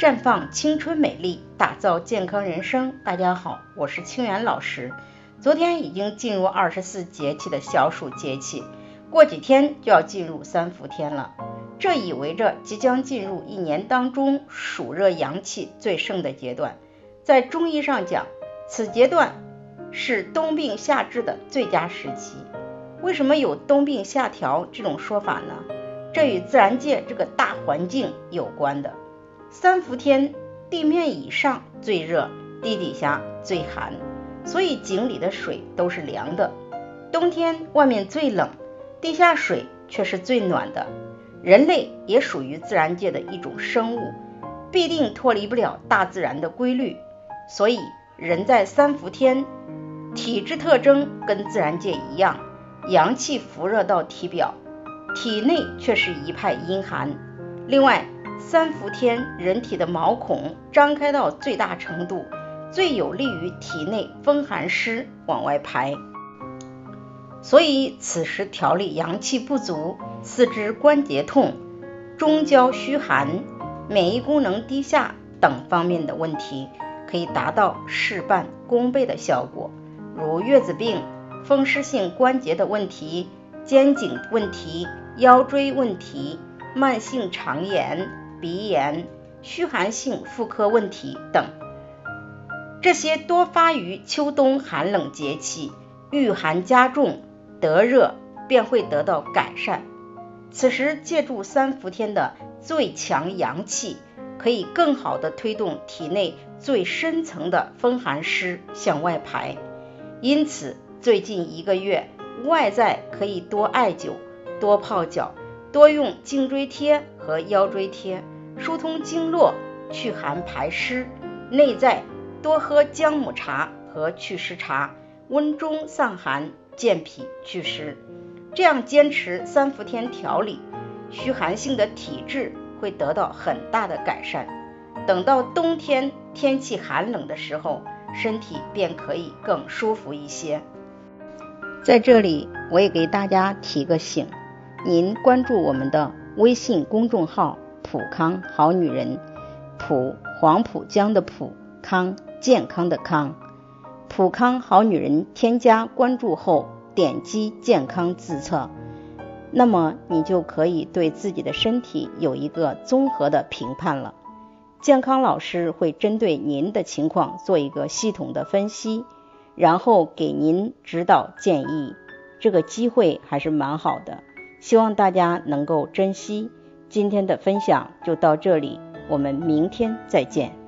绽放青春美丽，打造健康人生。大家好，我是清源老师。昨天已经进入24节气的小暑节气，过几天就要进入三伏天了，这意味着即将进入一年当中暑热阳气最盛的阶段。在中医上讲，此阶段是冬病夏治的最佳时期。为什么有冬病夏调这种说法呢？这与自然界这个大环境有关的。三伏天地面以上最热，地底下最寒，所以井里的水都是凉的。冬天外面最冷，地下水却是最暖的。人类也属于自然界的一种生物，必定脱离不了大自然的规律，所以人在三伏天体质特征跟自然界一样，阳气浮热到体表，体内却是一派阴寒。另外三伏天人体的毛孔张开到最大程度，最有利于体内风寒湿往外排，所以此时调理阳气不足、四肢关节痛、中焦虚寒、免疫功能低下等方面的问题，可以达到事半功倍的效果，如月子病、风湿性关节的问题、肩颈问题、腰椎问题、慢性肠炎、鼻炎、虚寒性妇科问题等，这些多发于秋冬寒冷节气，遇寒加重，得热便会得到改善。此时借助三伏天的最强阳气，可以更好地推动体内最深层的风寒湿向外排。因此最近1个月，外在可以多艾灸、多泡脚、多用颈椎贴和腰椎贴，疏通经络，祛寒排湿；内在多喝姜母茶和祛湿茶，温中散寒，健脾祛湿。这样坚持三伏天调理，虚寒性的体质会得到很大的改善。等到冬天天气寒冷的时候，身体便可以更舒服一些。在这里我也给大家提个醒，您关注我们的微信公众号普康好女人，普黄浦江的普，康健康的康，普康好女人添加关注后点击健康自测，那么你就可以对自己的身体有一个综合的评判了。健康老师会针对您的情况做一个系统的分析，然后给您指导建议。这个机会还是蛮好的，希望大家能够珍惜。今天的分享就到这里，我们明天再见。